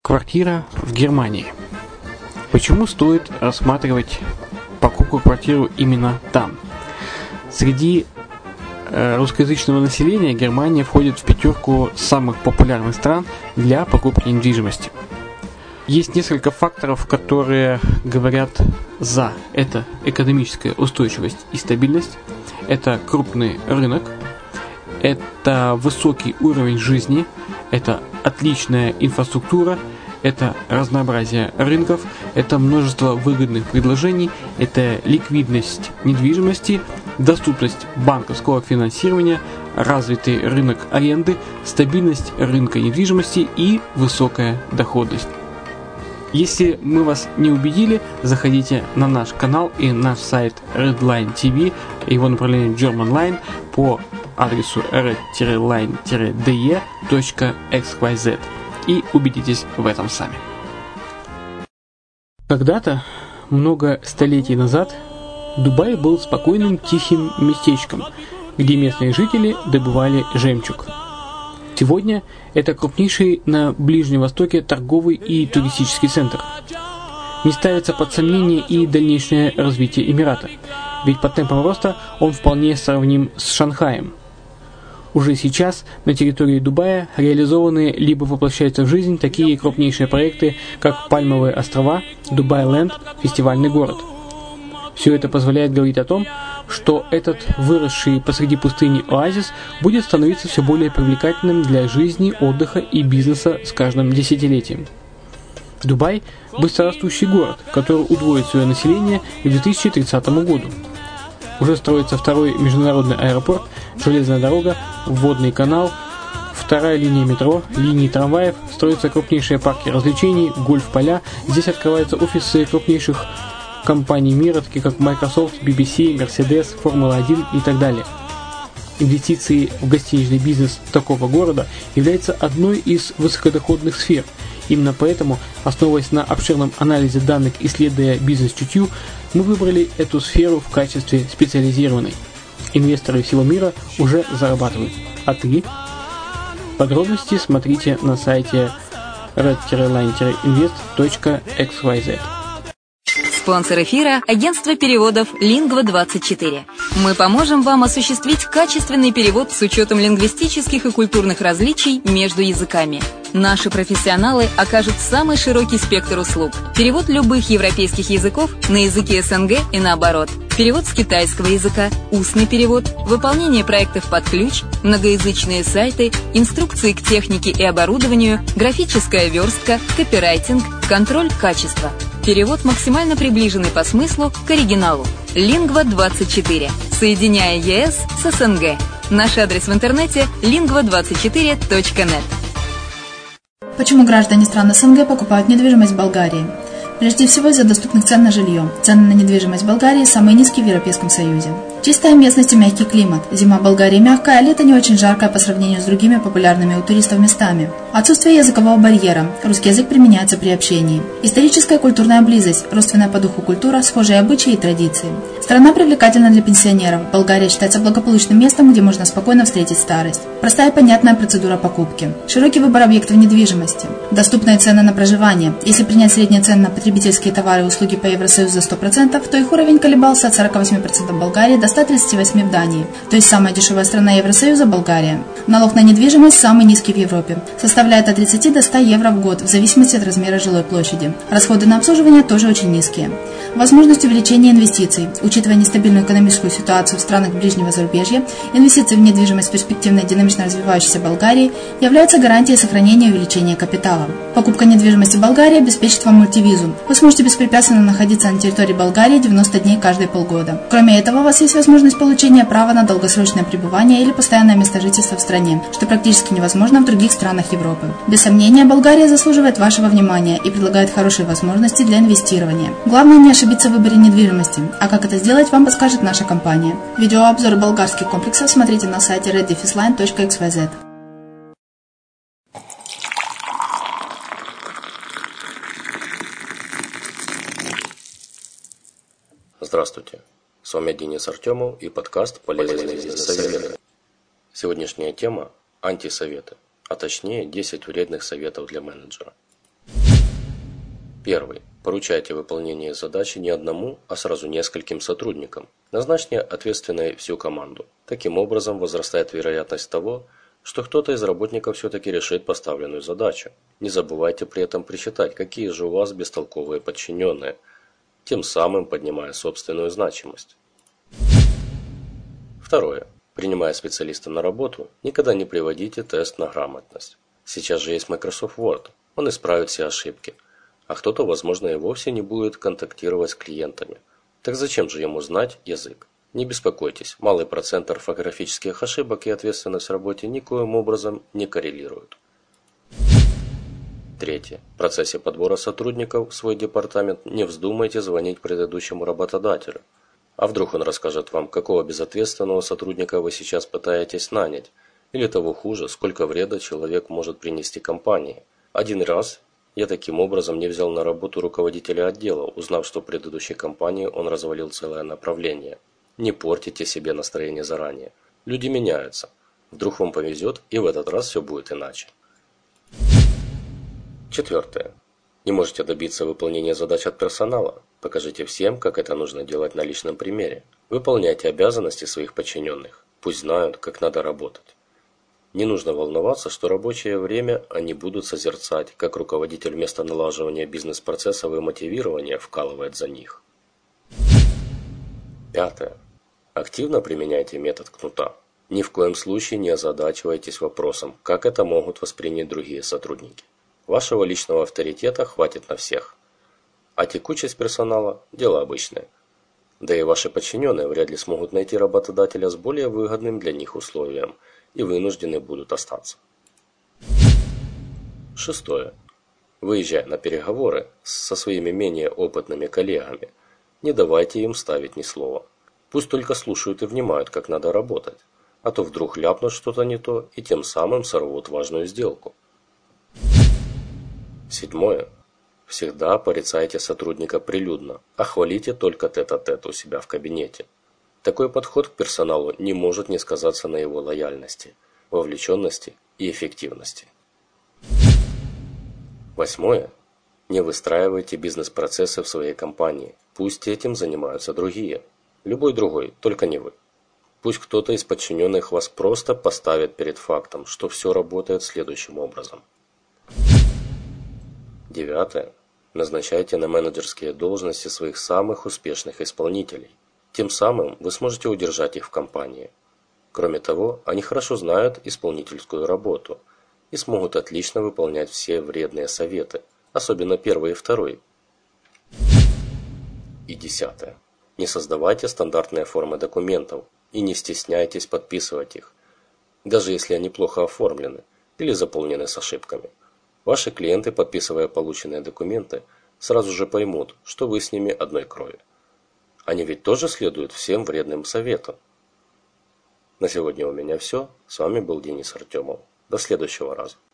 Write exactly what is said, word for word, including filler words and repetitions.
Квартира в Германии. Почему стоит рассматривать покупку квартиры именно там? Среди э, русскоязычного населения Германия входит в пятерку самых популярных стран для покупки недвижимости. Есть несколько факторов, которые говорят за. Это экономическая устойчивость и стабильность, это крупный рынок, это высокий уровень жизни, это отличная инфраструктура, это разнообразие рынков, это множество выгодных предложений, это ликвидность недвижимости, доступность банковского финансирования, развитый рынок аренды, стабильность рынка недвижимости и высокая доходность. Если мы вас не убедили, заходите на наш канал и наш сайт Redline ти ви, его направление Germanline по адресу red line de точка экс уай зет и убедитесь в этом сами. Когда-то, много столетий назад, Дубай был спокойным тихим местечком, где местные жители добывали жемчуг. Сегодня это крупнейший на Ближнем Востоке торговый и туристический центр. Не ставится под сомнение и дальнейшее развитие Эмирата, ведь по темпам роста он вполне сравним с Шанхаем. Уже сейчас на территории Дубая реализованы либо воплощаются в жизнь такие крупнейшие проекты, как Пальмовые острова, Дубай-Ленд, фестивальный город. Все это позволяет говорить о том, что этот выросший посреди пустыни оазис будет становиться все более привлекательным для жизни, отдыха и бизнеса с каждым десятилетием. Дубай – быстрорастущий город, который удвоит свое население к две тысячи тридцатому году. Уже строится второй международный аэропорт, железная дорога, водный канал, вторая линия метро, линии трамваев, строятся крупнейшие парки развлечений, гольф-поля. Здесь открываются офисы крупнейших компаний мира, таких как Microsoft, би би си, Mercedes, Формула один и так далее. Инвестиции в гостиничный бизнес такого города являются одной из высокодоходных сфер. Именно поэтому, основываясь на обширном анализе данных, исследуя бизнес-чутью, мы выбрали эту сферу в качестве специализированной. Инвесторы всего мира уже зарабатывают. А ты? Подробности смотрите на сайте red line invest точка экс уай зет. Спонсор эфира – агентство переводов Lingva двадцать четыре. Мы поможем вам осуществить качественный перевод с учетом лингвистических и культурных различий между языками. Наши профессионалы окажут самый широкий спектр услуг. Перевод любых европейских языков на языки эс эн гэ и наоборот. Перевод с китайского языка, устный перевод, выполнение проектов под ключ, многоязычные сайты, инструкции к технике и оборудованию, графическая верстка, копирайтинг, контроль качества. Перевод максимально приближенный по смыслу к оригиналу. Lingva двадцать четыре. Соединяя е эс с эс эн гэ. Наш адрес в интернете lingva двадцать четыре точка нет. Почему граждане стран эс эн гэ покупают недвижимость в Болгарии? Прежде всего из-за доступных цен на жилье. Цены на недвижимость в Болгарии самые низкие в Европейском Союзе. Чистая местность и мягкий климат. Зима в Болгарии мягкая, а лето не очень жаркое по сравнению с другими популярными у туристов местами. Отсутствие языкового барьера. Русский язык применяется при общении. Историческая и культурная близость. Родственная по духу культура, схожие обычаи и традиции. Страна привлекательна для пенсионеров. Болгария считается благополучным местом, где можно спокойно встретить старость. Простая и понятная процедура покупки. Широкий выбор объектов недвижимости. Доступные цены на проживание. Если принять средние цены на потребительские товары и услуги по Евросоюзу за сто процентов, то их уровень колебался от сорок восемь процентов в Болгарии до ста тридцати восьми процентов в Дании. То есть самая дешевая страна Евросоюза – Болгария. Налог на недвижимость самый низкий в Европе. Составляет от тридцати до ста евро в год, в зависимости от размера жилой площади. Расходы на обслуживание тоже очень низкие. Возможность увеличения инвестиций. Учитывая нестабильную экономическую ситуацию в странах ближнего зарубежья, инвестиции в недвижимость в перспективной динамично развивающейся Болгарии являются гарантией сохранения и увеличения капитала. Покупка недвижимости в Болгарии обеспечит вам мультивизу. Вы сможете беспрепятственно находиться на территории Болгарии девяносто дней каждые полгода. Кроме этого, у вас есть возможность получения права на долгосрочное пребывание или постоянное место жительства в стране, что практически невозможно в других странах Европы. Без сомнения, Болгария заслуживает вашего внимания и предлагает хорошие возможности для инвестирования. Главное не ошибиться в выборе недвижимости, а как это сделать, вам подскажет наша компания. Видеообзор болгарских комплексов смотрите на сайте red line точка экс уай зет. Здравствуйте, с вами Денис Артемов и подкаст «Полезные бизнес-советы». Сегодняшняя тема – антисоветы, а точнее десять вредных советов для менеджера. Первый. Поручайте выполнение задачи не одному, а сразу нескольким сотрудникам. Назначьте ответственной всю команду. Таким образом возрастает вероятность того, что кто-то из работников все-таки решит поставленную задачу. Не забывайте при этом причитать, какие же у вас бестолковые подчиненные, тем самым поднимая собственную значимость. Второе. Принимая специалиста на работу, никогда не приводите тест на грамотность. Сейчас же есть Microsoft Word, он исправит все ошибки. А кто-то, возможно, и вовсе не будет контактировать с клиентами. Так зачем же ему знать язык? Не беспокойтесь, малый процент орфографических ошибок и ответственность в работе никоим образом не коррелируют. Третье. В процессе подбора сотрудников в свой департамент не вздумайте звонить предыдущему работодателю. А вдруг он расскажет вам, какого безответственного сотрудника вы сейчас пытаетесь нанять, или того хуже, сколько вреда человек может принести компании. Один раз я таким образом не взял на работу руководителя отдела, узнав, что в предыдущей компании он развалил целое направление. Не портите себе настроение заранее. Люди меняются. Вдруг вам повезет, и в этот раз все будет иначе. Четвертое. Не можете добиться выполнения задач от персонала? Покажите всем, как это нужно делать на личном примере. Выполняйте обязанности своих подчиненных. Пусть знают, как надо работать. Не нужно волноваться, что рабочее время они будут созерцать, как руководитель вместо налаживания бизнес-процессов и мотивирования вкалывает за них. Пятое. Активно применяйте метод кнута. Ни в коем случае не озадачивайтесь вопросом, как это могут воспринять другие сотрудники. Вашего личного авторитета хватит на всех. А текучесть персонала – дело обычное. Да и ваши подчиненные вряд ли смогут найти работодателя с более выгодным для них условием и вынуждены будут остаться. Шестое. Выезжая на переговоры со своими менее опытными коллегами, не давайте им ставить ни слова. Пусть только слушают и внимают, как надо работать, а то вдруг ляпнут что-то не то и тем самым сорвут важную сделку. Седьмое. Всегда порицайте сотрудника прилюдно, а хвалите только тет-а-тет у себя в кабинете. Такой подход к персоналу не может не сказаться на его лояльности, вовлеченности и эффективности. Восьмое. Не выстраивайте бизнес-процессы в своей компании. Пусть этим занимаются другие. Любой другой, только не вы. Пусть кто-то из подчиненных вас просто поставит перед фактом, что все работает следующим образом. Девятое. Назначайте на менеджерские должности своих самых успешных исполнителей. Тем самым вы сможете удержать их в компании. Кроме того, они хорошо знают исполнительскую работу и смогут отлично выполнять все вредные советы, особенно первый и второй. И десятое. Не создавайте стандартные формы документов и не стесняйтесь подписывать их, даже если они плохо оформлены или заполнены с ошибками. Ваши клиенты, подписывая полученные документы, сразу же поймут, что вы с ними одной крови. Они ведь тоже следуют всем вредным советам. На сегодня у меня все. С вами был Денис Артемов. До следующего раза.